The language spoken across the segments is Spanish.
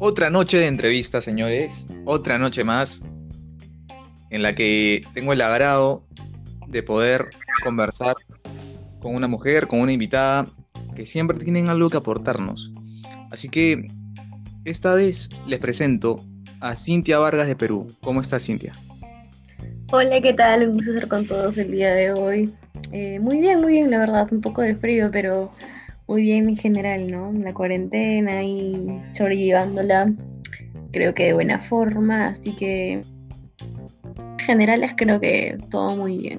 Otra noche de entrevista, señores. Otra noche más en la que tengo el agrado de poder conversar con una mujer, con una invitada que siempre tienen algo que aportarnos. Así que esta vez les presento a Cintia Vargas de Perú. ¿Cómo está, Cintia? Hola, ¿qué tal? Un gusto estar con todos el día de hoy. Muy bien, la verdad, un poco de frío, pero muy bien en general, ¿no? La cuarentena y sobrellevándola, creo que de buena forma, así que en general creo que todo muy bien.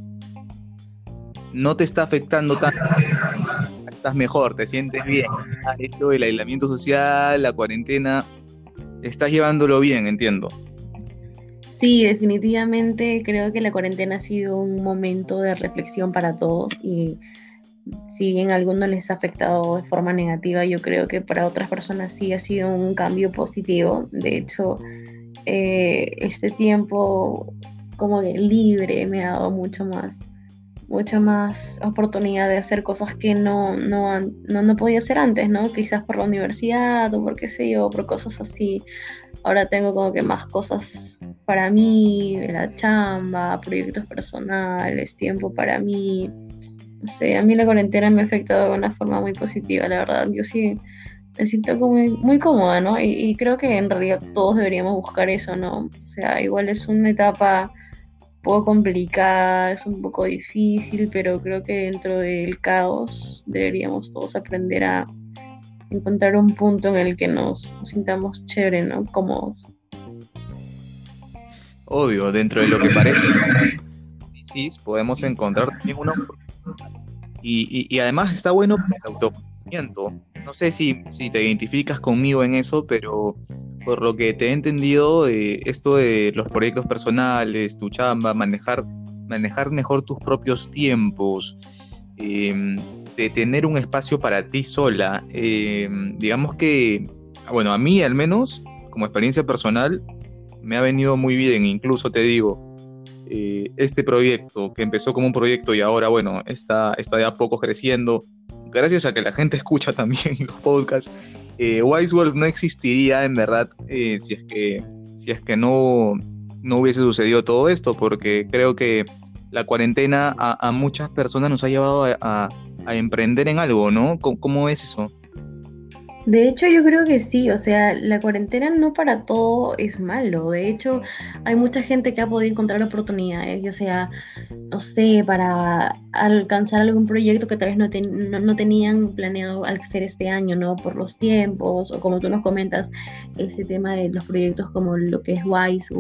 ¿No te está afectando tanto? ¿Estás mejor? ¿Te sientes bien? Ya esto del aislamiento social, la cuarentena, estás llevándolo bien, entiendo. Sí, definitivamente creo que la cuarentena ha sido un momento de reflexión para todos y si bien a algunos les ha afectado de forma negativa, yo creo que para otras personas sí ha sido un cambio positivo. De hecho, este tiempo como de libre me ha dado mucha más oportunidad de hacer cosas que no podía hacer antes, ¿no? Quizás por la universidad o por qué sé yo, por cosas así. Ahora tengo como que más cosas para mí, de la chamba, proyectos personales, tiempo para mí. No sé, a mí la cuarentena me ha afectado de una forma muy positiva, la verdad. Yo sí me siento como muy cómoda, ¿no? Y creo que en realidad todos deberíamos buscar eso, ¿no? O sea, igual es una etapa un poco complicada, es un poco difícil, pero creo que dentro del caos deberíamos todos aprender a encontrar un punto en el que nos sintamos chévere, ¿no? Cómodos. Obvio, dentro de lo que parece, sí, podemos encontrar también una. Y además está bueno para el autoconocimiento. No sé si te identificas conmigo en eso, pero por lo que te he entendido, esto de los proyectos personales, tu chamba, manejar mejor tus propios tiempos, eh, de tener un espacio para ti sola, digamos que, bueno, a mí al menos, como experiencia personal, me ha venido muy bien. Incluso te digo, este proyecto que empezó como un proyecto y ahora, bueno, está de a poco creciendo, gracias a que la gente escucha también los podcasts. Wise Wolf no existiría en verdad, si es que no hubiese sucedido todo esto, porque creo que la cuarentena a muchas personas nos ha llevado a emprender en algo, ¿no? ¿Cómo es eso? De hecho, yo creo que sí, o sea, la cuarentena no para todo es malo. De hecho, hay mucha gente que ha podido encontrar oportunidades, ya sea, no sé, para alcanzar algún proyecto que tal vez no tenían planeado hacer este año, ¿no? Por los tiempos, o como tú nos comentas, ese tema de los proyectos como lo que es Wise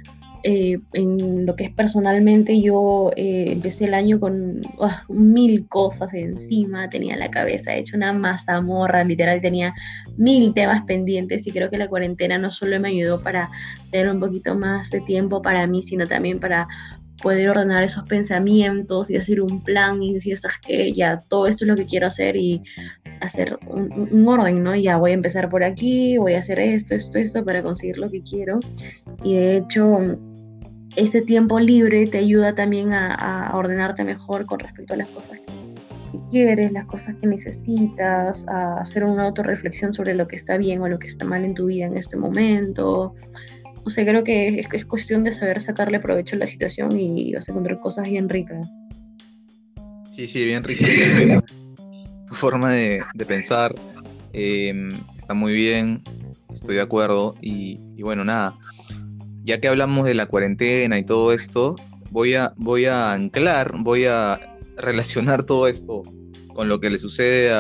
en lo que es personalmente, yo empecé el año con mil cosas encima, tenía la cabeza hecha una mazamorra, literal tenía mil temas pendientes y creo que la cuarentena no solo me ayudó para tener un poquito más de tiempo para mí, sino también para poder ordenar esos pensamientos y hacer un plan y decir, sabes que ya todo esto es lo que quiero hacer y hacer un orden, ¿no? Ya voy a empezar por aquí, voy a hacer esto para conseguir lo que quiero. Y de hecho, ese tiempo libre te ayuda también a ordenarte mejor con respecto a las cosas que quieres, las cosas que necesitas, a hacer una autorreflexión sobre lo que está bien o lo que está mal en tu vida en este momento. O sea, creo que es cuestión de saber sacarle provecho a la situación y vas a encontrar cosas bien ricas. Sí, sí, bien rico tu forma de pensar. eh, Está muy bien, estoy de acuerdo. Y bueno, nada, ya que hablamos de la cuarentena y todo esto, voy a anclar, voy a relacionar todo esto con lo que le sucede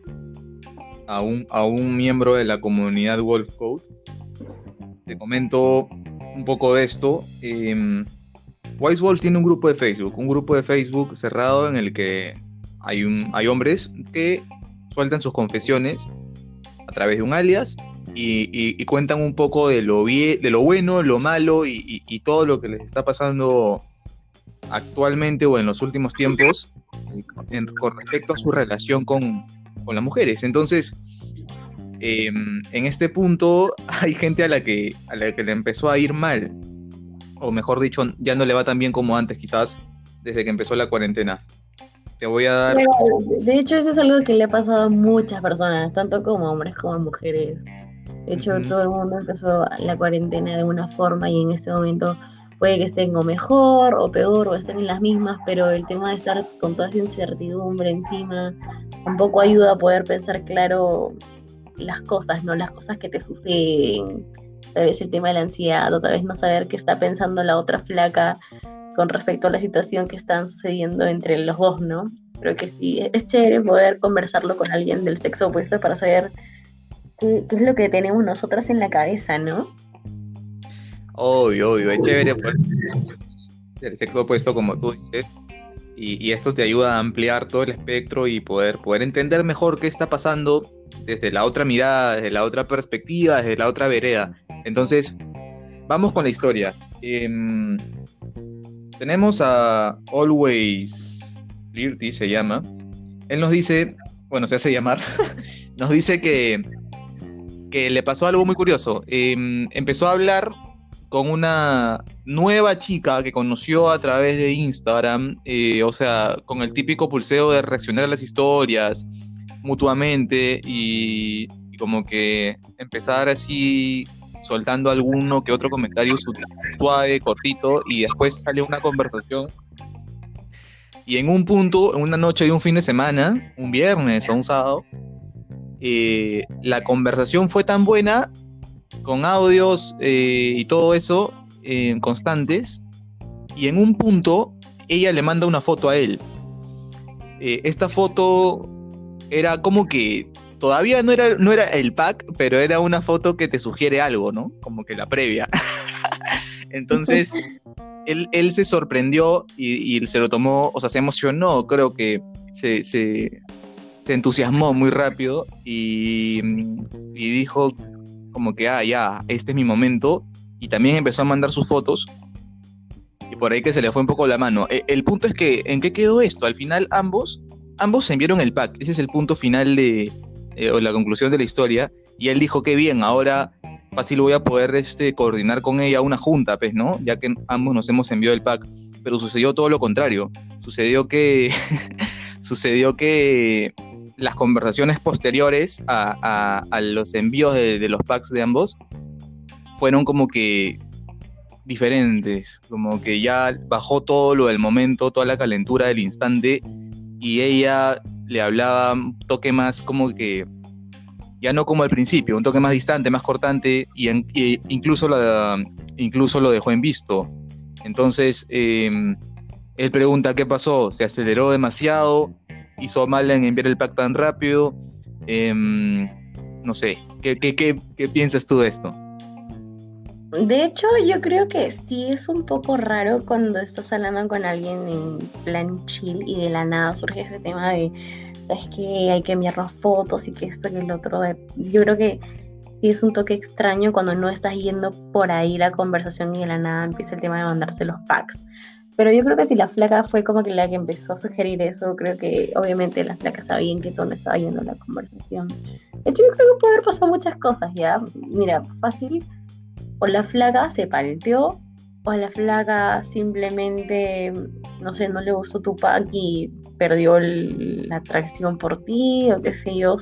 a un miembro de la comunidad Wolf Code. Te comento un poco de esto. Wise Wolf tiene un grupo de Facebook cerrado en el que hay hombres que sueltan sus confesiones a través de un alias y cuentan un poco de lo bueno, lo malo y todo lo que les está pasando actualmente o en los últimos tiempos, con respecto a su relación con las mujeres. Entonces, en este punto hay gente a la que le empezó a ir mal, o mejor dicho, ya no le va tan bien como antes, quizás, desde que empezó la cuarentena. Te voy a dar. Claro, de hecho, eso es algo que le ha pasado a muchas personas, tanto como hombres como mujeres. De hecho, Ujú. todo el mundo empezó la cuarentena de una forma y en este momento puede que estén o mejor o peor o estén en las mismas, pero el tema de estar con toda esa incertidumbre encima tampoco ayuda a poder pensar claro las cosas, ¿no? Las cosas que te suceden. Tal vez el tema de la ansiedad o tal vez no saber qué está pensando la otra flaca con respecto a la situación que están sucediendo entre los dos, ¿no? Creo que sí, es chévere poder conversarlo con alguien del sexo opuesto para saber qué es lo que tenemos nosotras en la cabeza, ¿no? Obvio, obvio, es chévere poder del sexo opuesto, como tú dices, y esto te ayuda a ampliar todo el espectro y poder entender mejor qué está pasando desde la otra mirada, desde la otra perspectiva, desde la otra vereda. Entonces, vamos con la historia. Tenemos a Always Flirty, se llama. Él nos dice, bueno, se hace llamar, nos dice que le pasó algo muy curioso. Empezó a hablar con una nueva chica que conoció a través de Instagram, o sea, con el típico pulseo de reaccionar a las historias mutuamente y como que empezar así soltando alguno que otro comentario suave, cortito, y después sale una conversación. Y en un punto, en una noche de un fin de semana, un viernes o un sábado, la conversación fue tan buena, con audios y todo eso constantes, y en un punto ella le manda una foto a él. Esta foto era como que todavía no era el pack, pero era una foto que te sugiere algo, ¿no? Como que la previa. Entonces, él se sorprendió y se lo tomó, o sea, se emocionó, creo que se entusiasmó muy rápido y dijo como que, ya, este es mi momento, y también empezó a mandar sus fotos, y por ahí que se le fue un poco la mano. El punto es que, ¿en qué quedó esto? Al final ambos se enviaron el pack, ese es el punto final o la conclusión de la historia, y él dijo, qué bien, ahora fácil voy a poder coordinar con ella una junta, pues, ¿no? Ya que ambos nos hemos enviado el pack, pero sucedió todo lo contrario, sucedió que, sucedió que las conversaciones posteriores a los envíos de los packs de ambos fueron como que diferentes, como que ya bajó todo lo del momento, toda la calentura del instante, y ella le hablaba un toque más como que, ya no como al principio, un toque más distante, más cortante, y incluso lo dejó en visto. Entonces, él pregunta qué pasó, se aceleró demasiado, hizo mal en enviar el pack tan rápido. No sé, ¿qué piensas tú de esto? De hecho, yo creo que sí es un poco raro cuando estás hablando con alguien en plan chill y de la nada surge ese tema de, ¿sabes qué? Hay que enviarnos fotos y que esto y el otro. Yo creo que sí es un toque extraño cuando no estás yendo por ahí la conversación y de la nada empieza el tema de mandarse los packs. Pero yo creo que si la flaca fue como que la que empezó a sugerir eso, creo que obviamente la flaca sabía en qué tono estaba yendo la conversación. De hecho, yo creo que puede haber pasado muchas cosas, ¿ya? Mira, fácil, o la flaca se palteó, o la flaca simplemente, no sé, no le gustó tu pack y perdió la atracción por ti, o qué sé yo,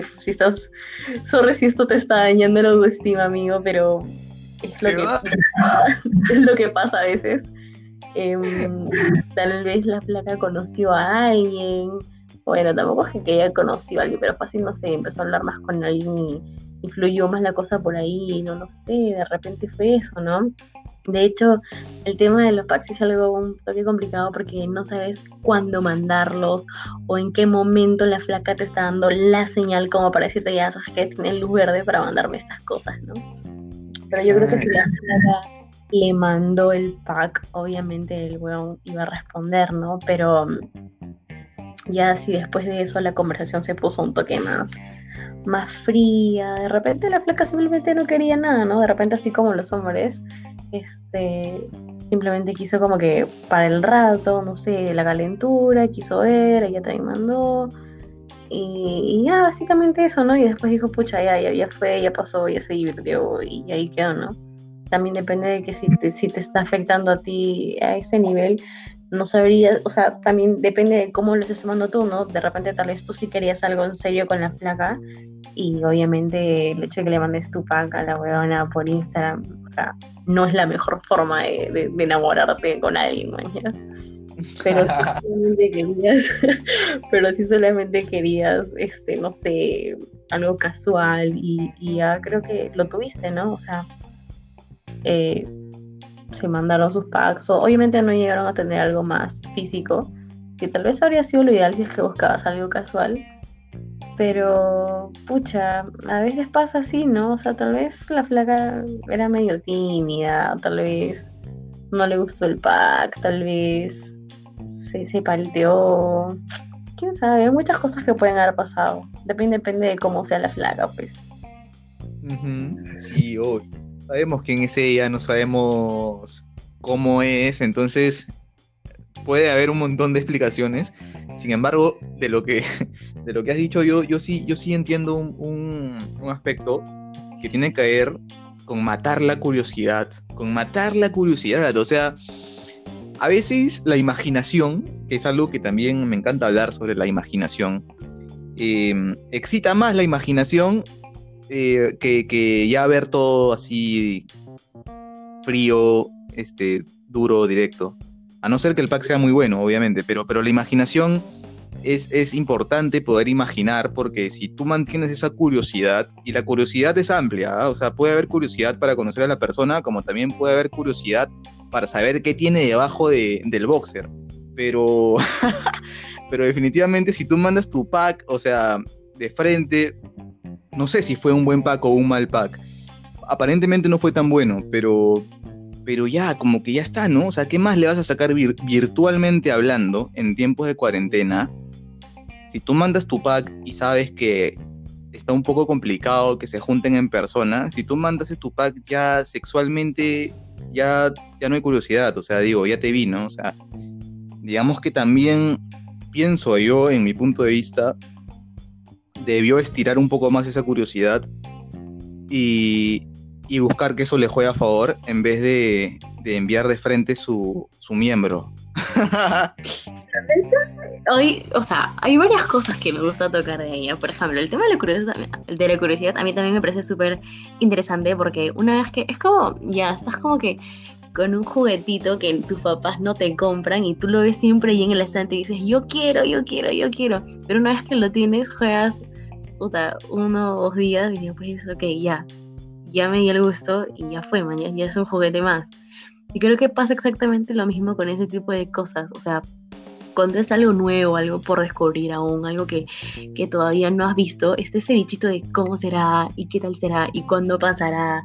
sorry si esto te está dañando la autoestima, amigo, pero es lo ¿Qué que va? es lo que pasa a veces. Em, Tal vez la flaca conoció a alguien, bueno, tampoco es que ella conoció a alguien, pero fácil, no sé, empezó a hablar más con alguien y fluyó más la cosa por ahí, no lo sé, de repente fue eso, ¿no? De hecho, el tema de los packs es algo un toque complicado porque no sabes cuándo mandarlos o en qué momento la flaca te está dando la señal como para decirte ya sabes que tienes luz verde para mandarme estas cosas, ¿no? Pero yo creo que si la Exacto. flaca le mandó el pack, obviamente el weón iba a responder, ¿no? Pero ya si después de eso la conversación se puso un toque más fría, de repente la flaca simplemente no quería nada, ¿no? De repente así como los hombres, simplemente quiso como que para el rato, no sé, la calentura, quiso ver, ella también mandó, y ya básicamente eso, ¿no? Y después dijo, pucha, ya fue, ya pasó, ya se divirtió, y ahí quedó, ¿no? También depende de que si te está afectando a ti a ese nivel, no sabrías, o sea, también depende de cómo lo estés tomando tú, ¿no? De repente tal vez tú sí querías algo en serio con la flaca y obviamente el hecho de que le mandes tu pack a la huevona por Instagram, o sea, no es la mejor forma de enamorarte con alguien, man, ¿ya? Pero si solamente querías, pero si solamente querías, no sé, algo casual y ya creo que lo tuviste, ¿no? O sea, eh, se mandaron sus packs, o obviamente no llegaron a tener algo más físico, que tal vez habría sido lo ideal si es que buscabas algo casual, pero pucha, a veces pasa así, ¿no? O sea, tal vez la flaca era medio tímida, tal vez no le gustó el pack, tal vez se palteó, quién sabe, hay muchas cosas que pueden haber pasado, depende de cómo sea la flaca, pues. Ujú. Sí, obvio. Sabemos quién es ella, no sabemos cómo es, entonces puede haber un montón de explicaciones. Sin embargo, de lo que has dicho, yo sí entiendo un aspecto que tiene que ver con matar la curiosidad, con matar la curiosidad. O sea, a veces la imaginación, que es algo que también me encanta hablar sobre la imaginación, excita más la imaginación que ya ver todo así frío, duro, directo. A no ser que el pack sea muy bueno, obviamente, pero la imaginación es importante poder imaginar, porque si tú mantienes esa curiosidad, y la curiosidad es amplia, ¿ah? O sea, puede haber curiosidad para conocer a la persona, como también puede haber curiosidad para saber qué tiene debajo del boxer. Pero, pero definitivamente si tú mandas tu pack, o sea, de frente, no sé si fue un buen pack o un mal pack. Aparentemente no fue tan bueno, pero ya, como que ya está, ¿no? O sea, ¿qué más le vas a sacar virtualmente hablando en tiempos de cuarentena? Si tú mandas tu pack y sabes que está un poco complicado que se junten en persona, si tú mandas tu pack ya sexualmente, ya no hay curiosidad, o sea, digo, ya te vi, ¿no? O sea, digamos que también pienso yo, en mi punto de vista, debió estirar un poco más esa curiosidad y, y buscar que eso le juegue a favor en vez de enviar de frente su miembro. Hoy, o sea, hay varias cosas que me gusta tocar de ella. Por ejemplo, el tema de la curiosidad a mí también me parece súper interesante porque una vez que es como, ya, estás como que con un juguetito que tus papás no te compran y tú lo ves siempre ahí en el estante y dices, yo quiero, yo quiero, yo quiero. Pero una vez que lo tienes, juegas, puta, 1 o 2 días y después, ok, ya me di el gusto y ya fue, mañana, ya es un juguete más. Y creo que pasa exactamente lo mismo con ese tipo de cosas. O sea, cuando es algo nuevo, algo por descubrir aún, algo que todavía no has visto, está ese bichito de cómo será y qué tal será y cuándo pasará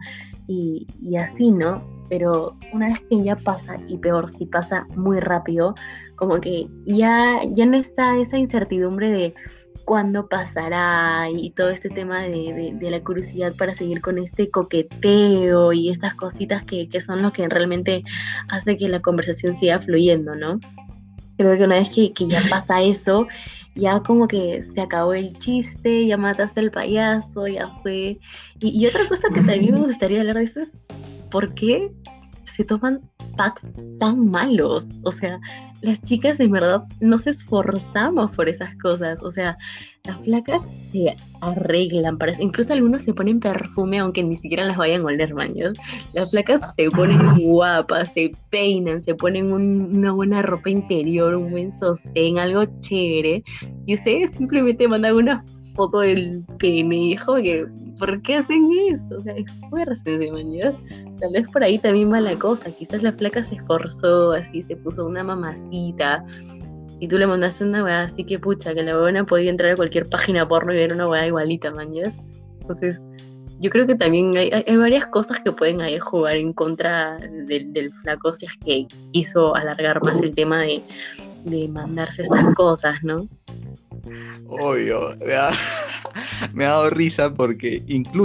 y así, ¿no? Pero una vez que ya pasa, y peor, si pasa muy rápido, como que ya no está esa incertidumbre de cuándo pasará y todo este tema de la curiosidad para seguir con este coqueteo y estas cositas que son lo que realmente hace que la conversación siga fluyendo, ¿no? Creo que una vez que ya pasa eso, ya como que se acabó el chiste, ya mataste al payaso, ya fue. Y otra cosa que también me gustaría hablar de eso es por qué se toman packs tan malos. O sea, las chicas en verdad nos esforzamos por esas cosas. O sea, las flacas se arreglan para eso. Incluso algunos se ponen perfume aunque ni siquiera las vayan a oler, maños. Las flacas se ponen guapas, se peinan, se ponen una buena ropa interior, un buen sostén, algo chévere. Y ustedes simplemente mandan una foto del pene, hijo, que ¿por qué hacen eso? O sea, esfuércense, maños. Tal vez por ahí también va la cosa. Quizás la flaca se esforzó, así se puso una mamacita y tú le mandaste una weá así que pucha, que la weá podía entrar a cualquier página porno y ver una weá igualita, mañas. Entonces, yo creo que también hay varias cosas que pueden ahí jugar en contra del flaco si es que quiso alargar más el tema de mandarse estas cosas, ¿no? Obvio, me ha dado risa porque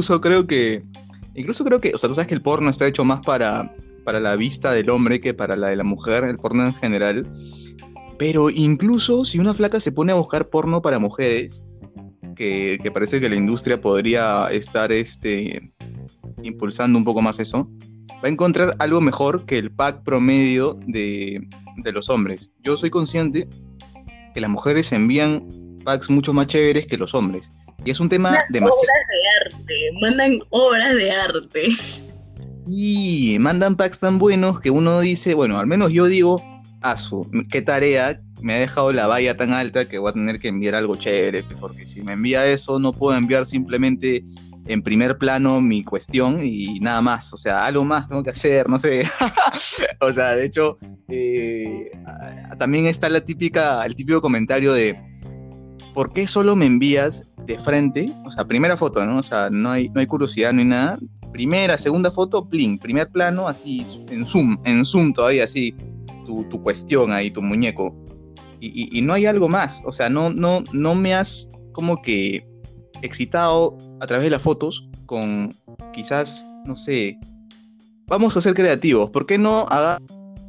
o sea, tú sabes que el porno está hecho más para la vista del hombre que para la de la mujer, el porno en general. Pero incluso si una flaca se pone a buscar porno para mujeres, que parece que la industria podría estar impulsando un poco más eso, va a encontrar algo mejor que el pack promedio de los hombres. Yo soy consciente que las mujeres envían packs mucho más chéveres que los hombres. Y es un tema Mandan demasiado... obras de arte, mandan obras de arte. Y mandan packs tan buenos que uno dice, bueno, al menos yo digo, qué tarea, me ha dejado la valla tan alta que voy a tener que enviar algo chévere, porque si me envía eso no puedo enviar simplemente en primer plano mi cuestión y nada más, o sea, algo más tengo que hacer, no sé. O sea, de hecho, también está el típico comentario de ¿por qué solo me envías de frente? O sea, primera foto, ¿no? O sea, no hay curiosidad, no hay nada. Primera, segunda foto, plin, primer plano, así, en zoom todavía, así, tu cuestión ahí, tu muñeco. Y no hay algo más. O sea, no me has como que excitado a través de las fotos con quizás, no sé, vamos a ser creativos. ¿Por qué no hagas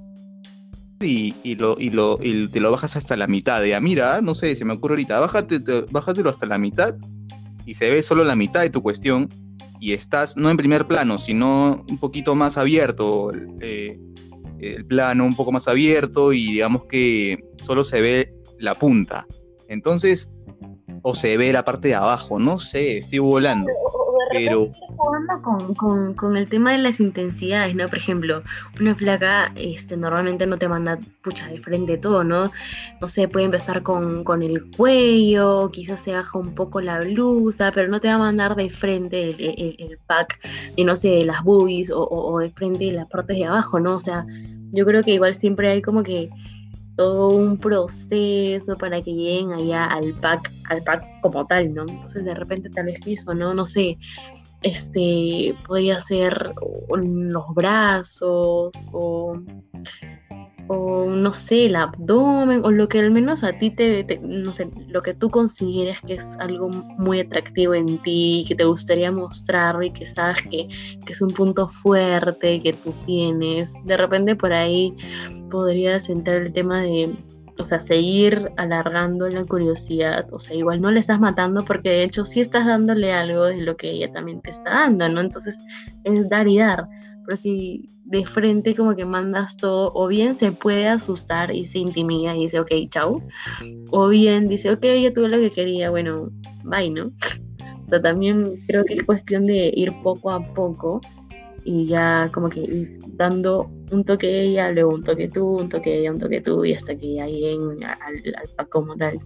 y te lo bajas hasta la mitad? Ya, mira, no sé, se me ocurre ahorita, bájatelo hasta la mitad y se ve solo la mitad de tu cuestión y estás no en primer plano, sino un poquito más abierto, el plano un poco más abierto y digamos que solo se ve la punta. Entonces, o se ve la parte de abajo, no sé, estoy volando, O de repente pero ir jugando con el tema de las intensidades, ¿no? Por ejemplo, una flaca normalmente no te manda pucha de frente todo, ¿no? No sé, puede empezar con el cuello, quizás se baja un poco la blusa, pero no te va a mandar de frente el pack de, no sé, de las boobies o de frente de las partes de abajo, ¿no? O sea, yo creo que igual siempre hay como que todo un proceso para que lleguen allá al pack como tal, ¿no? Entonces de repente tal vez eso, ¿no? No sé, podría ser los brazos o no sé, el abdomen, o lo que al menos a ti no sé, lo que tú consideres que es algo muy atractivo en ti, que te gustaría mostrar y que sabes que es un punto fuerte que tú tienes. De repente por ahí podrías entrar el tema de, o sea, seguir alargando la curiosidad, o sea, igual no le estás matando porque de hecho sí estás dándole algo de lo que ella también te está dando, ¿no? Entonces es dar y dar, pero si de frente como que mandas todo, o bien se puede asustar y se intimida y dice, ok, chau, o bien dice, ok, ya tuve lo que quería, bueno, bye, ¿no? O sea, también creo que es cuestión de ir poco a poco y ya como que ir dando un toque ella, luego un toque tú, un toque ella, un toque tú, y hasta que ya lleguen al pack como tal.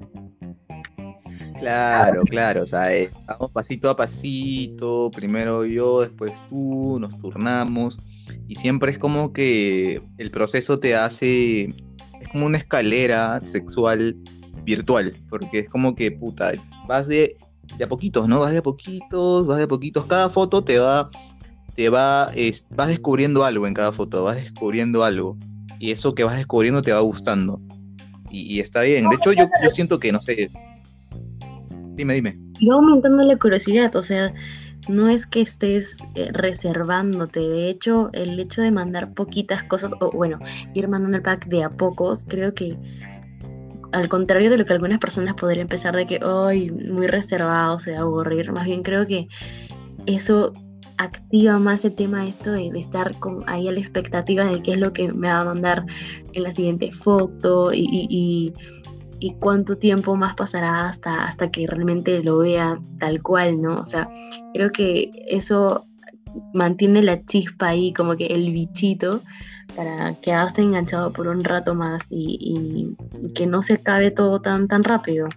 claro, claro, o sea, vamos pasito a pasito, primero yo, después tú, nos turnamos, y siempre es como que el proceso es como una escalera sexual virtual, porque es como que, puta, vas de a poquitos, ¿no? Vas de a poquitos, cada foto vas descubriendo algo en cada foto, vas descubriendo algo, y eso que vas descubriendo te va gustando, y está bien, de hecho yo siento que, no sé, dime. Y va aumentando la curiosidad, o sea, no es que estés reservándote, de hecho, el hecho de mandar poquitas cosas, o bueno, ir mandando el pack de a pocos, creo que al contrario de lo que algunas personas podrían empezar de que, ay, muy reservado, se va a aburrir, más bien creo que eso activa más el tema esto de estar ahí a la expectativa de qué es lo que me va a mandar en la siguiente foto y cuánto tiempo más pasará hasta que realmente lo vea tal cual, ¿no? O sea, creo que eso mantiene la chispa ahí, como que el bichito, para quedarse enganchado por un rato más y que no se acabe todo tan rápido.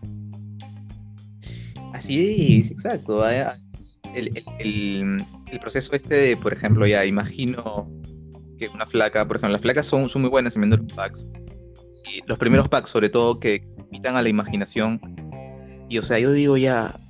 Así es, exacto. El proceso este de, por ejemplo, ya imagino que una flaca, por ejemplo, las flacas son muy buenas en vender packs. Y los primeros packs, sobre todo, que invitan a la imaginación. Y, o sea, yo digo ya,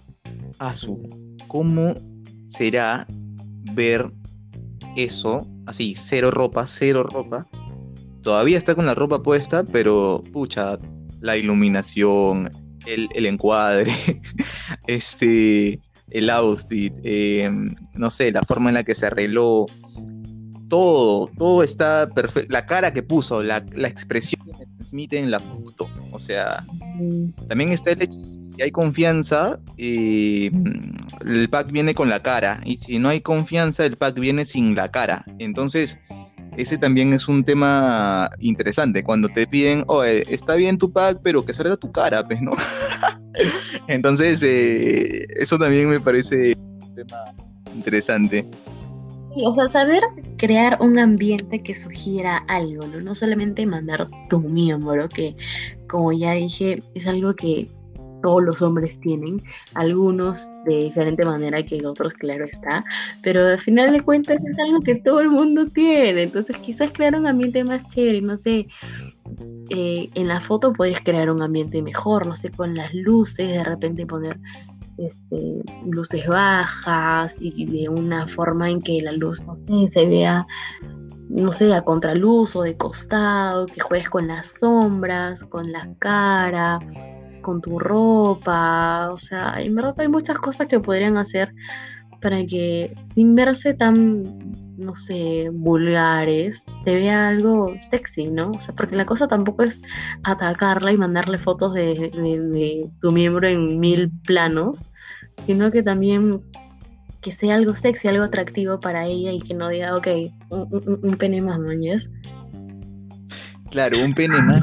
¿cómo será ver eso? Así, cero ropa. Todavía está con la ropa puesta, pero, pucha, la iluminación, el encuadre, este, el outfit, no sé, la forma en la que se arregló, todo está perfecto. La cara que puso, la expresión que transmite en la foto. O sea, también está el hecho de que si hay confianza, el pack viene con la cara. Y si no hay confianza, el pack viene sin la cara. Entonces, ese también es un tema interesante. Cuando te piden, oye, está bien tu pack, pero que salga tu cara, pues, ¿no? Entonces, eso también me parece un tema interesante. Sí, o sea, saber crear un ambiente que sugiera algo, ¿no? No solamente mandar tu miembro, que como ya dije, es algo que todos los hombres tienen, algunos de diferente manera que otros, claro está, pero al final de cuentas es algo que todo el mundo tiene, entonces quizás crear un ambiente más chévere, no sé, en la foto puedes crear un ambiente mejor, no sé, con las luces, de repente poner luces bajas y de una forma en que la luz, no sé, se vea, no sé, a contraluz o de costado, que juegues con las sombras, con la cara, con tu ropa, o sea, en verdad hay muchas cosas que podrían hacer para que sin verse tan, no sé, vulgares, se vea algo sexy, ¿no? O sea, porque la cosa tampoco es atacarla y mandarle fotos de tu miembro en 1000 planos, sino que también que sea algo sexy, algo atractivo para ella y que no diga, ok, un pene más, mañas. Claro, un pene más.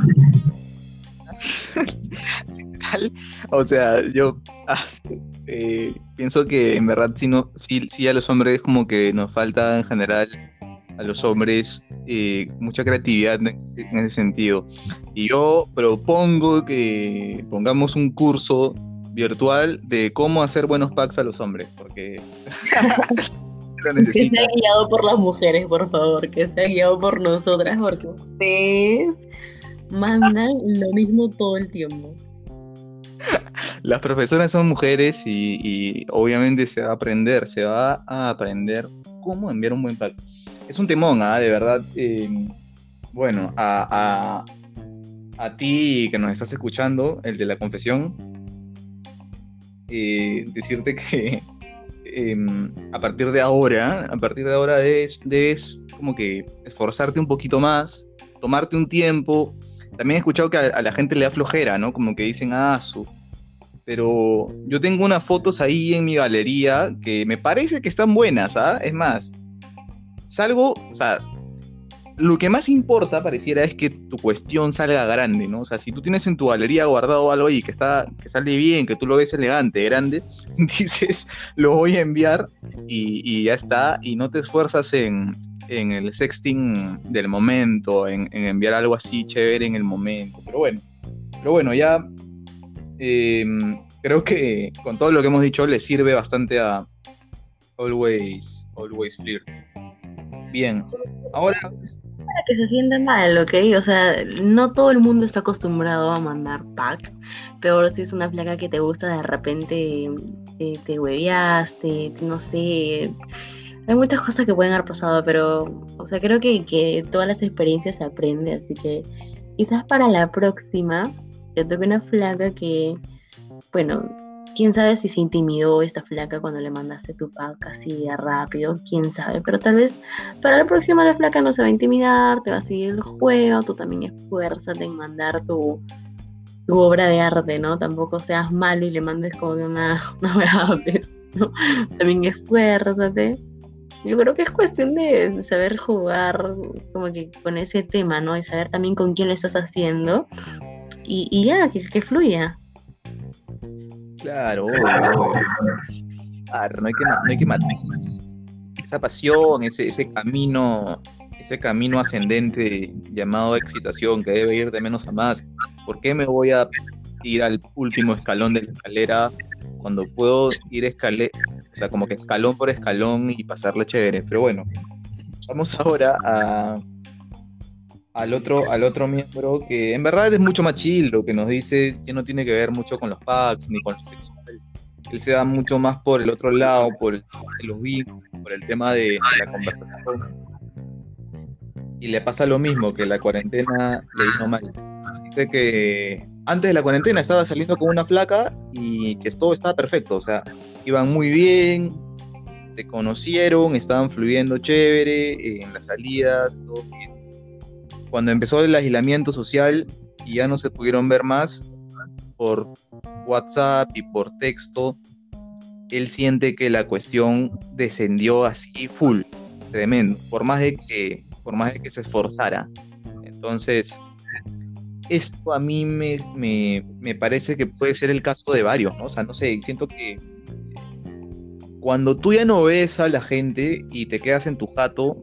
O sea, yo pienso que en verdad sí, no, sí, sí a los hombres como que nos falta en general a los hombres mucha creatividad en ese sentido. Y yo propongo que pongamos un curso virtual de cómo hacer buenos packs a los hombres, porque lo Que sea necesitan. guiado por las mujeres, por favor, que sea guiado por nosotras, porque ustedes mandan lo mismo todo el tiempo. Las profesoras son mujeres y obviamente se va a aprender cómo enviar un buen pack. Es un temón, ¿ah? De verdad. Bueno, a ti que nos estás escuchando, el de la confesión, decirte que a partir de ahora debes como que esforzarte un poquito más, tomarte un tiempo. También he escuchado que a la gente le da flojera, ¿no? Como que dicen, pero yo tengo unas fotos ahí en mi galería que me parece que están buenas, ¿ah? Es más, o sea, lo que más importa pareciera es que tu cuestión salga grande, ¿no? O sea, si tú tienes en tu galería guardado algo ahí que sale bien, que tú lo ves elegante, grande, dices, lo voy a enviar y ya está, y no te esfuerzas en el sexting del momento, en enviar algo así chévere en el momento. Pero bueno, ya eh, creo que con todo lo que hemos dicho le sirve bastante a Always Flirt. Bien, Sí, ahora para que se sienta mal, ¿ok? O sea, no todo el mundo está acostumbrado a mandar packs. Peor si es una flaca que te gusta, de repente te hueveaste, no sé. Hay muchas cosas que pueden haber pasado, pero, o sea, creo que todas las experiencias se aprende, así que quizás para la próxima yo toque una flaca que, bueno, quién sabe si se intimidó esta flaca cuando le mandaste tu pack así de rápido, quién sabe, pero tal vez para la próxima la flaca no se va a intimidar, te va a seguir el juego, tú también esfuérzate en mandar tu obra de arte, ¿no? Tampoco seas malo y le mandes como que una wea, ¿no? También esfuérzate. Yo creo que es cuestión de saber jugar como que con ese tema, ¿no? Y saber también con quién lo estás haciendo y ya, que fluya. claro, obvio. Claro, no hay que matar esa pasión, ese camino ascendente llamado excitación que debe ir de menos a más. ¿Por qué me voy a ir al último escalón de la escalera cuando puedo ir o sea, como que escalón por escalón y pasarle chévere? Pero bueno, vamos ahora al otro miembro que en verdad es mucho más chill, lo que nos dice que no tiene que ver mucho con los packs ni con lo sexual. Él se va mucho más por el otro lado, por el tema de los vínculos, por el tema de la conversación. Y le pasa lo mismo, que la cuarentena le vino mal. Dice que antes de la cuarentena estaba saliendo con una flaca y que todo estaba perfecto, o sea, iban muy bien, se conocieron, estaban fluyendo chévere, en las salidas, todo bien. Cuando empezó el aislamiento social y ya no se pudieron ver más por WhatsApp y por texto, él siente que la cuestión descendió así full, tremendo, por más de que se esforzara. Entonces, esto a mí me parece que puede ser el caso de varios, ¿no? O sea, no sé, siento que cuando tú ya no ves a la gente y te quedas en tu jato,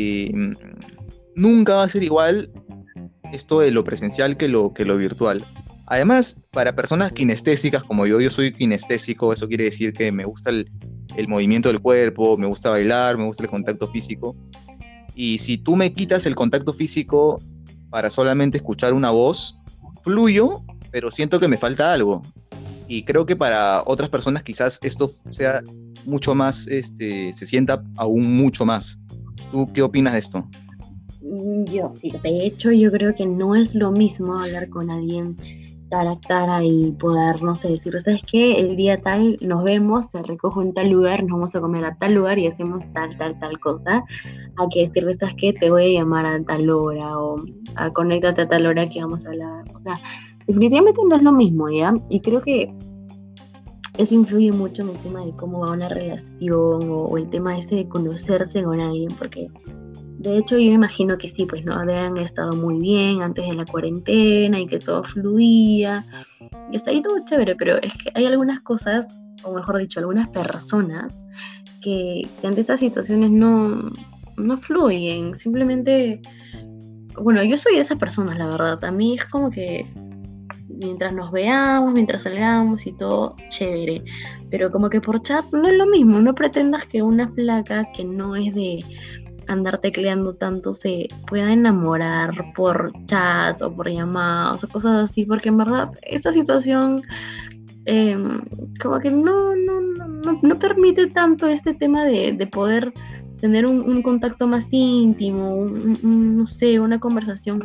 nunca va a ser igual esto de lo presencial que lo virtual. Además, para personas kinestésicas como yo soy kinestésico, eso quiere decir que me gusta el movimiento del cuerpo, me gusta bailar, me gusta el contacto físico. Y si tú me quitas el contacto físico para solamente escuchar una voz, fluyo, pero siento que me falta algo. Y creo que para otras personas quizás esto sea mucho más, se sienta aún mucho más. ¿Tú qué opinas de esto? Yo sí, de hecho yo creo que no es lo mismo hablar con alguien cara a cara y poder, no sé, decir, ¿sabes qué? El día tal nos vemos, te recojo en tal lugar, nos vamos a comer a tal lugar y hacemos tal cosa, a que decirle, ¿sabes qué? Te voy a llamar a tal hora o a conéctate a tal hora que vamos a hablar. O sea, definitivamente no es lo mismo, ¿ya? Y creo que eso influye mucho en el tema de cómo va una relación o el tema ese de conocerse con alguien, porque de hecho yo imagino que sí, pues no habían estado muy bien antes de la cuarentena y que todo fluía y está ahí todo chévere, pero es que hay algunas cosas, o mejor dicho, algunas personas que ante estas situaciones no fluyen, simplemente, bueno, yo soy de esas personas, la verdad, a mí es como que mientras nos veamos, mientras salgamos y todo, chévere. Pero como que por chat no es lo mismo, no pretendas que una flaca que no es de andar tecleando tanto se pueda enamorar por chat o por llamadas o cosas así, porque en verdad esta situación eh, como que no permite tanto este tema de poder tener un contacto más íntimo, no sé, una conversación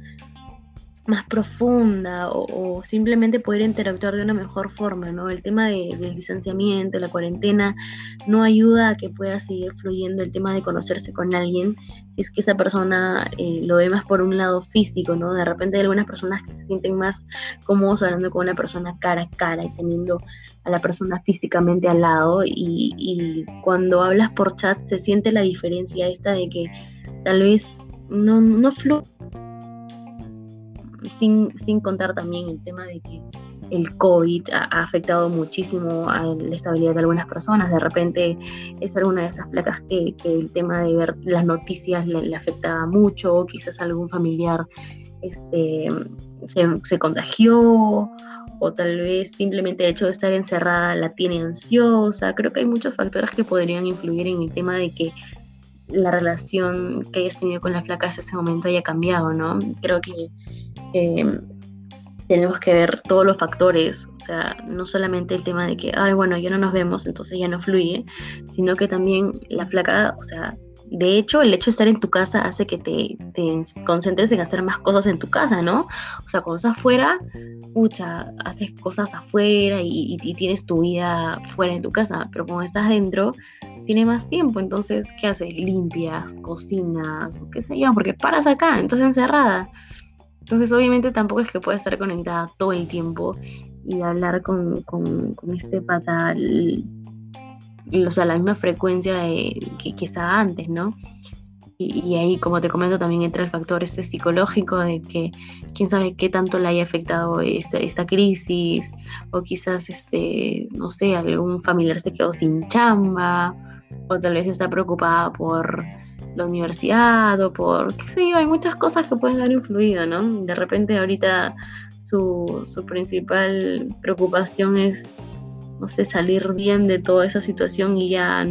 más profunda o simplemente poder interactuar de una mejor forma, ¿no? El tema del distanciamiento, la cuarentena, no ayuda a que pueda seguir fluyendo el tema de conocerse con alguien, si es que esa persona lo ve más por un lado físico, ¿no? De repente hay algunas personas que se sienten más cómodos hablando con una persona cara a cara y teniendo a la persona físicamente al lado y cuando hablas por chat se siente la diferencia esta de que tal vez no fluye sin contar también el tema de que el COVID ha afectado muchísimo a la estabilidad de algunas personas. De repente es alguna de esas placas que el tema de ver las noticias le afectaba mucho, o quizás algún familiar se contagió, o tal vez simplemente el hecho de estar encerrada la tiene ansiosa. Creo que hay muchos factores que podrían influir en el tema de que la relación que hayas tenido con la flaca hasta ese momento haya cambiado, ¿no? Creo que eh, tenemos que ver todos los factores, o sea, no solamente el tema de que, ay, bueno, ya no nos vemos, entonces ya no fluye, sino que también la flaca, o sea, de hecho, el hecho de estar en tu casa hace que te concentres en hacer más cosas en tu casa, ¿no? O sea, cuando estás afuera, pucha, haces cosas afuera y tienes tu vida fuera de tu casa, pero cuando estás dentro, tienes más tiempo, entonces, ¿qué haces? Limpias, cocinas, o qué sé yo, porque paras acá, entonces encerrada. Entonces, obviamente, tampoco es que pueda estar conectada todo el tiempo y hablar con este pata, o sea, la misma frecuencia que estaba antes, ¿no? Y ahí, como te comento, también entra el factor psicológico de que quién sabe qué tanto le haya afectado esta crisis, o quizás, no sé, algún familiar se quedó sin chamba, o tal vez está preocupada por la universidad, o por, qué sé yo, hay muchas cosas que pueden haber influido, ¿no? De repente ahorita su principal preocupación es, no sé, salir bien de toda esa situación y ya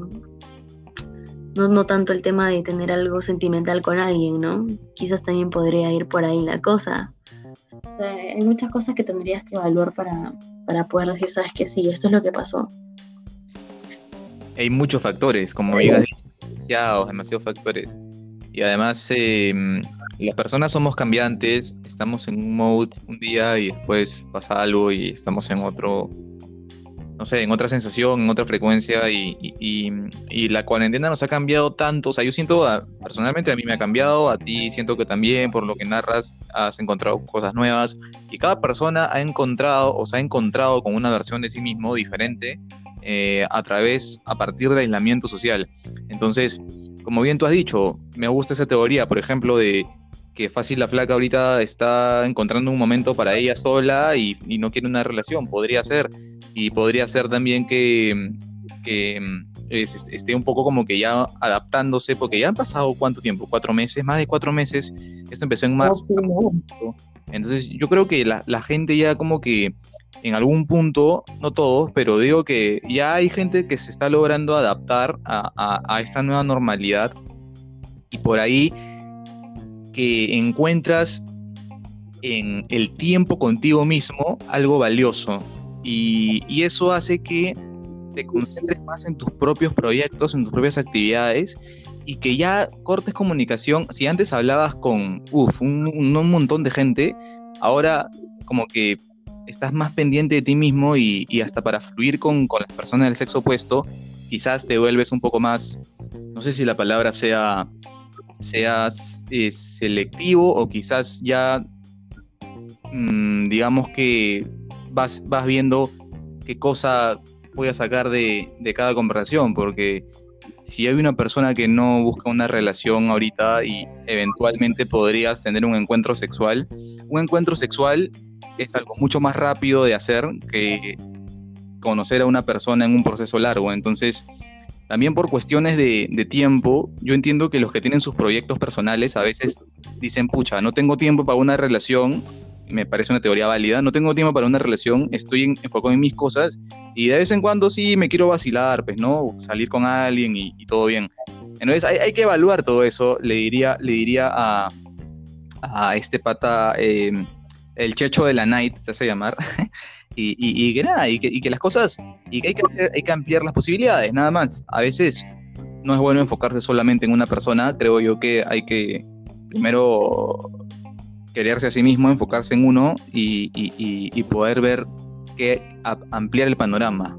no tanto el tema de tener algo sentimental con alguien, ¿no? Quizás también podría ir por ahí la cosa. O sea, hay muchas cosas que tendrías que evaluar para poder decir, sabes que sí, esto es lo que pasó. Hay muchos factores, como bien has dicho, demasiados factores. Y además, las personas somos cambiantes, estamos en un mode un día y después pasa algo y estamos en otro, no sé, en otra sensación, en otra frecuencia y la cuarentena nos ha cambiado tanto. O sea, yo siento, personalmente a mí me ha cambiado, a ti siento que también, por lo que narras, has encontrado cosas nuevas y cada persona ha encontrado o se ha encontrado con una versión de sí mismo diferente a partir del aislamiento social. Entonces, como bien tú has dicho, me gusta esa teoría, por ejemplo, que fácil la flaca ahorita está encontrando un momento para ella sola y no quiere una relación, podría ser. Y podría ser también que esté un poco como que ya adaptándose, porque ya han pasado ¿cuánto tiempo? 4 meses, más de 4 meses. Esto empezó en No, marzo. sí, no. Entonces yo creo que la gente ya como que en algún punto, no todos, pero digo que ya hay gente que se está logrando adaptar a esta nueva normalidad y por ahí que encuentras en el tiempo contigo mismo algo valioso y eso hace que te concentres más en tus propios proyectos, en tus propias actividades y que ya cortes comunicación. Si antes hablabas con un montón de gente, ahora como que estás más pendiente de ti mismo y hasta para fluir con las personas del sexo opuesto, quizás te vuelves un poco más, no sé si la palabra sea selectivo o quizás ya digamos que vas viendo qué cosa voy a sacar de cada conversación, porque si hay una persona que no busca una relación ahorita y eventualmente podrías tener un encuentro sexual es algo mucho más rápido de hacer que conocer a una persona en un proceso largo. Entonces, también por cuestiones de tiempo, yo entiendo que los que tienen sus proyectos personales a veces dicen, pucha, no tengo tiempo para una relación, me parece una teoría válida, no tengo tiempo para una relación, estoy enfocado en mis cosas y de vez en cuando sí me quiero vacilar, pues, ¿no? Salir con alguien y todo bien. Entonces hay que evaluar todo eso, le diría a este pata, el Checho de la Night, se hace llamar, y que nada, y que las cosas, y que hay que ampliar las posibilidades, nada más. A veces no es bueno enfocarse solamente en una persona, creo yo que hay que primero quererse a sí mismo, enfocarse en uno y poder ver que ampliar el panorama.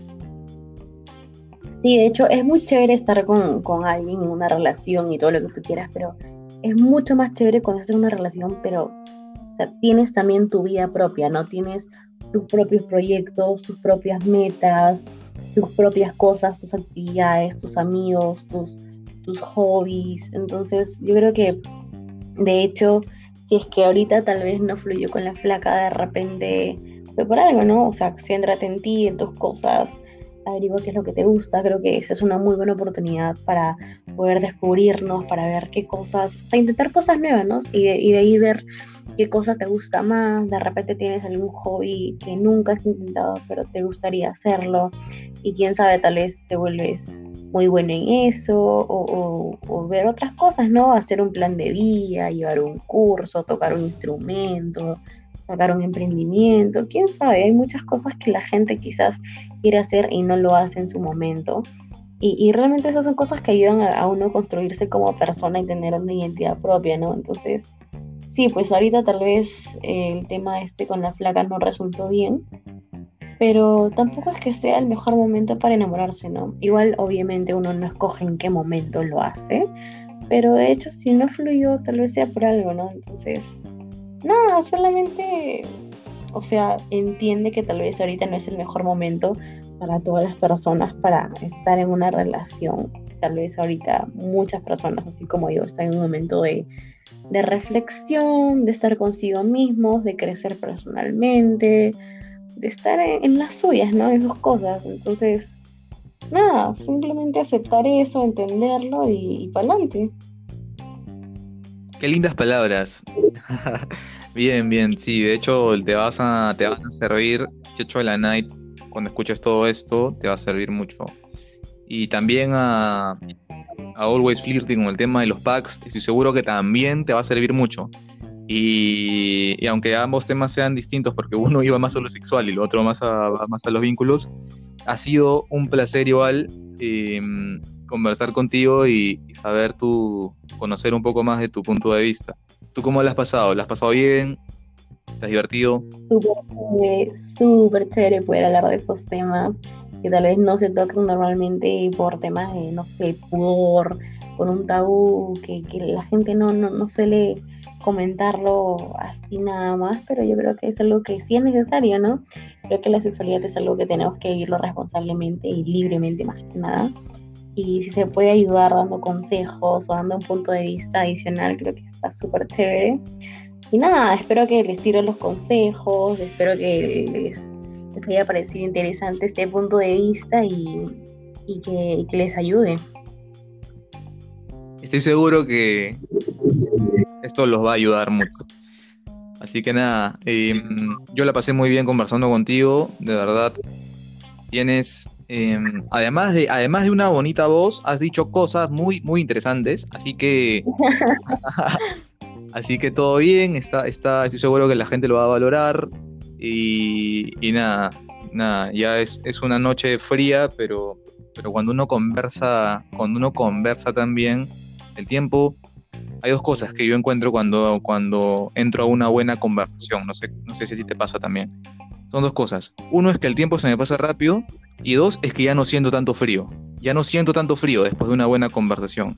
Sí, de hecho, es muy chévere estar con alguien en una relación y todo lo que tú quieras, pero es mucho más chévere cuando estás en una relación, pero o sea, tienes también tu vida propia, ¿no? Tienes tus propios proyectos, tus propias metas, tus propias cosas, tus actividades, tus amigos, tus hobbies. Entonces, yo creo que, de hecho, si es que ahorita tal vez no fluyó con la flaca, de repente fue por algo, ¿no? O sea, céntrate en ti, en tus cosas, averigua qué es lo que te gusta. Creo que esa es una muy buena oportunidad para poder descubrirnos, para ver qué cosas, o sea, intentar cosas nuevas, ¿no? Y de ahí ver qué cosa te gusta más. De repente tienes algún hobby que nunca has intentado, pero te gustaría hacerlo. Y quién sabe, tal vez te vuelves muy bueno en eso, o ver otras cosas, ¿no? Hacer un plan de vida, llevar un curso, tocar un instrumento, sacar un emprendimiento, quién sabe, hay muchas cosas que la gente quizás quiere hacer y no lo hace en su momento. Y realmente esas son cosas que ayudan a uno a construirse como persona y tener una identidad propia, ¿no? Entonces, sí, pues ahorita tal vez el tema este con la flaca no resultó bien, pero tampoco es que sea el mejor momento para enamorarse, ¿no? Igual, obviamente, uno no escoge en qué momento lo hace, pero de hecho, si no fluyó, tal vez sea por algo, ¿no? Entonces, nada, solamente, o sea, entiende que tal vez ahorita no es el mejor momento para todas las personas para estar en una relación. Tal vez ahorita muchas personas, así como yo, están en un momento de reflexión, de estar consigo mismos, de crecer personalmente, de estar en las suyas, ¿no? En sus cosas. Entonces, nada, simplemente aceptar eso, entenderlo y para adelante. Qué lindas palabras. Bien, bien, sí, de hecho te van a servir, Checho de la Night, cuando escuches todo esto, te va a servir mucho. Y también a Always Flirting con el tema de los packs, estoy seguro que también te va a servir mucho. Y aunque ambos temas sean distintos, porque uno iba más a lo sexual y el otro más a los vínculos, ha sido un placer igual eh, conversar contigo y saber conocer un poco más de tu punto de vista. ¿Tú cómo la has pasado? ¿La has pasado bien? ¿Te has divertido? Súper chévere poder hablar de estos temas que tal vez no se tocan normalmente por temas de, no sé, por un tabú, que la gente no suele comentarlo así nada más, pero yo creo que es algo que sí es necesario, ¿no? Creo que la sexualidad es algo que tenemos que vivirlo responsablemente y libremente más que nada. y si se puede ayudar dando consejos o dando un punto de vista adicional, creo que está súper chévere. Y nada, espero que les sirvan los consejos, espero que les haya parecido interesante este punto de vista y que les ayude. Estoy seguro que esto los va a ayudar mucho. Así que nada, yo la pasé muy bien conversando contigo, de verdad. Tienes, además de una bonita voz, has dicho cosas muy, muy interesantes, así que todo bien, estoy seguro que la gente lo va a valorar y nada, ya es una noche fría, pero cuando uno conversa también, el tiempo, hay dos cosas que yo encuentro cuando entro a una buena conversación, no sé si a ti te pasa también. Son dos cosas. Uno es que el tiempo se me pasa rápido y dos es que ya no siento tanto frío. Ya no siento tanto frío después de una buena conversación.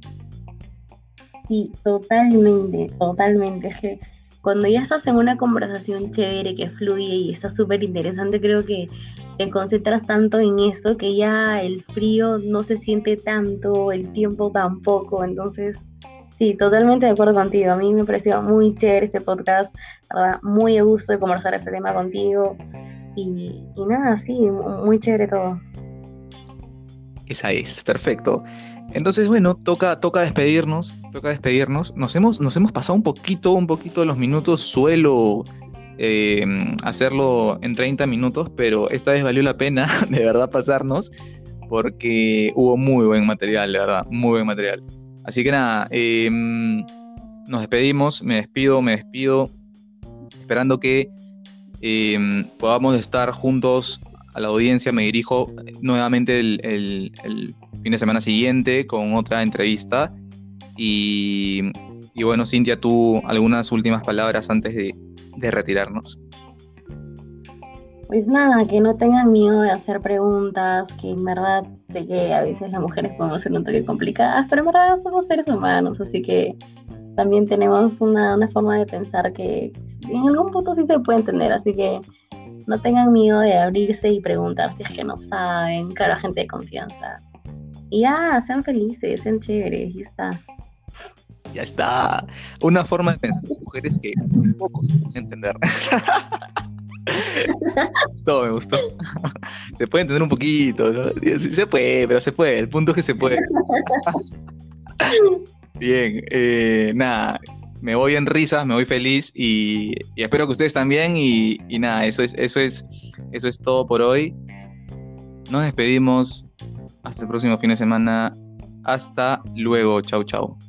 Sí, totalmente, totalmente. Es que cuando ya estás en una conversación chévere que fluye y está súper interesante, creo que te concentras tanto en eso que ya el frío no se siente tanto, el tiempo tampoco. Entonces, sí, totalmente de acuerdo contigo. A mí me pareció muy chévere este podcast, la verdad, muy a gusto de conversar ese tema contigo. Y nada, sí, muy chévere todo. Esa es, perfecto. Entonces, bueno, toca despedirnos, toca despedirnos. Nos hemos pasado un poquito de los minutos. Suelo eh, hacerlo en 30 minutos, pero esta vez valió la pena de verdad pasarnos porque hubo muy buen material, de verdad, muy buen material. Así que nada, nos despedimos, me despido, esperando que podamos estar juntos a la audiencia. Me dirijo nuevamente el fin de semana siguiente con otra entrevista. Y, y bueno, Cintia, tú algunas últimas palabras antes de retirarnos. Pues nada, que no tengan miedo de hacer preguntas, que en verdad sé que a veces las mujeres podemos ser un toque complicadas, pero en verdad somos seres humanos, así que también tenemos una forma de pensar que en algún punto sí se puede entender, así que no tengan miedo de abrirse y preguntar si es que no saben, claro, gente de confianza. Y ya, sean felices, sean chéveres, y está. Ya está. Una forma de pensar de las mujeres que pocos pueden entender. Me gustó. Se puede entender un poquito, ¿no? Sí, se puede, pero se puede. El punto es que se puede. Bien, nada, me voy en risas, me voy feliz y espero que ustedes también y nada, eso es todo por hoy. Nos despedimos hasta el próximo fin de semana. Hasta luego, chau chau.